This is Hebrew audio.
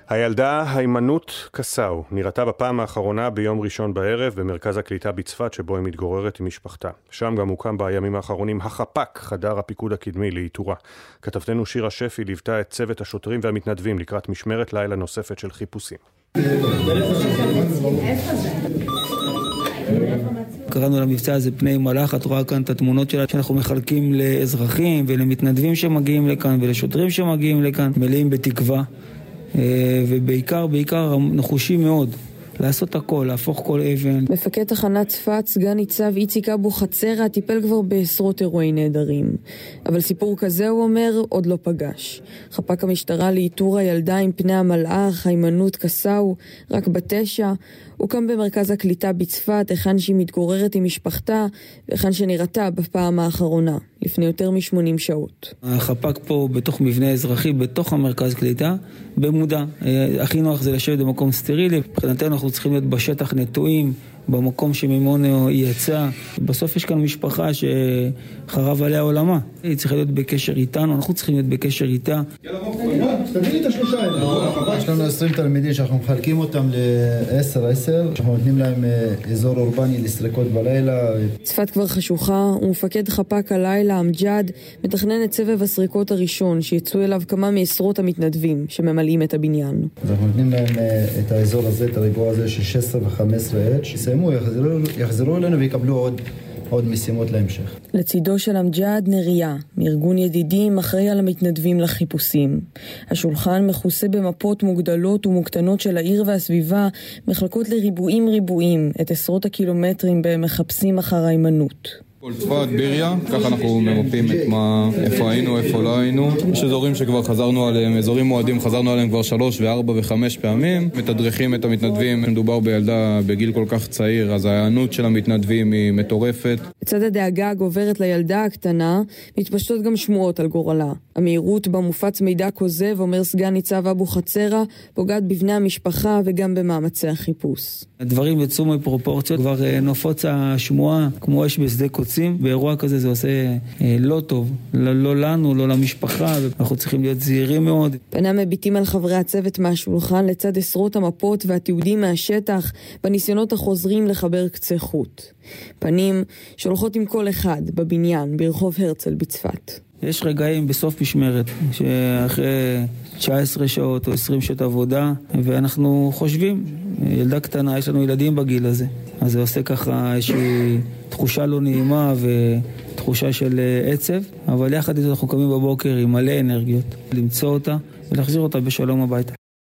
הילדה היימנוט קסאו נראתה בפעם האחרונה ביום ראשון בערב במרכז הקליטה בצפת שבו היא מתגוררת עם משפחתה. שם גם הוקם בימים האחרונים החפ"ק, חדר הפיקוד הקדמי לאיתורה. כתבתנו שירה שפי ליוותה את צוות השוטרים והמתנדבים לקראת משמרת לילה נוספת של חיפושים. קראנו למבצע הזה פני מלאך. את רואה כאן את התמונות שלה שאנחנו מחלקים לאזרחים ולמתנדבים שמגיעים לכאן ולשוטרים שמגיעים לכאן, מלאים בתקווה ובעיקר נחושים מאוד לעשות הכל, להפוך כל אבן. מפקד תחנת צפת, סגן ניצב איציק אבוחצירא, טיפל כבר בעשרות אירועי נהדרים. אבל סיפור כזה, הוא אומר, עוד לא פגש. חפ"ק המשטרה לאיתור הילדה עם פני המלאך, היימנוט קסאו, רק ב9, הוקם במרכז הקליטה בצפת, היכן שהיא מתגוררת עם משפחתה, והיכן שנראתה בפעם האחרונה, לפני יותר מ-80 שעות. החפ"ק פה בתוך מבנה אזרחי, בתוך המרכז קליטה, במודע. הכי נוח זה לשבת במקום סטרילי. מבחינתנו אנחנו צריכים להיות בשטח נטועים, במקום שממנו היא יצאה. בסוף יש כאן משפחה שחרב עליה עולמה. היא צריכה להיות בקשר איתנו, אנחנו צריכים להיות בקשר איתה. תביא לי את השלושה האלה. יש לנו 20 תלמידים שאנחנו מחלקים אותם ל-10-10. אנחנו נותנים להם אזור אורבני לסריקות בלילה. צפת כבר חשוכה, ומפקד חפ"ק הלילה, אמג'ד, מתכנן את סבב הסריקות הראשון, שיצאו אליו כמה מעשרות המתנדבים שממלאים את הבניין. אז אנחנו נותנים להם את האזור הזה, את הריבוע הזה של 16 ו-15 עד. יחזרו אלינו ויקבלו עוד משימות להמשך. לצידו של אמג'ד נריה, מארגון ידידים אחראי על המתנדבים לחיפושים. השולחן מכוסה במפות מוגדלות ומוקטנות של העיר והסביבה, מחלקות לריבועים את עשרות הקילומטרים בהם מחפשים אחר היימנוט. כל צפת, ביריה, ככה אנחנו ממפים את איפה היינו, איפה לא היינו. יש אזורים שכבר חזרנו עליהם, אזורים מועדים חזרנו עליהם כבר 3 ו4 ו5 פעמים. מתדרכים את המתנדבים, מדובר בילדה בגיל כל כך צעיר, אז ההיענות של המתנדבים היא מטורפת. בצד הדאגה הגוברת לילדה הקטנה, מתפשטות גם שמועות על גורלה. המהירות בה מופץ מידע כוזב, אומר סגן ניצב אבוחצירא, פוגעת בבני המשפחה וגם במאמצי החיפוש. הדברים יצאו מפרופורציות, כבר נופץ השמועה כמו אש בשדה קוצים. באירוע כזה זה עושה לא טוב, לא לנו, לא למשפחה, ואנחנו צריכים להיות זהירים מאוד. פנה מביטים על חברי הצוות מהשולחן לצד עשרות המפות והתיעודים מהשטח, בניסיונות החוזרים לחבר קצה חוט. פנים שהולכות עם כל אחד בבניין ברחוב הרצל בצפת. יש רגעים בסוף משמרת, שאחרי 19 שעות או 20 שעות עבודה, ואנחנו חושבים, ילדה קטנה, יש לנו ילדים בגיל הזה. אז זה עושה ככה איזושהי תחושה לא נעימה ותחושה של עצב, אבל יחד איתו אנחנו קמים בבוקר עם מלא אנרגיות, למצוא אותה ולהחזיר אותה בשלום הביתה.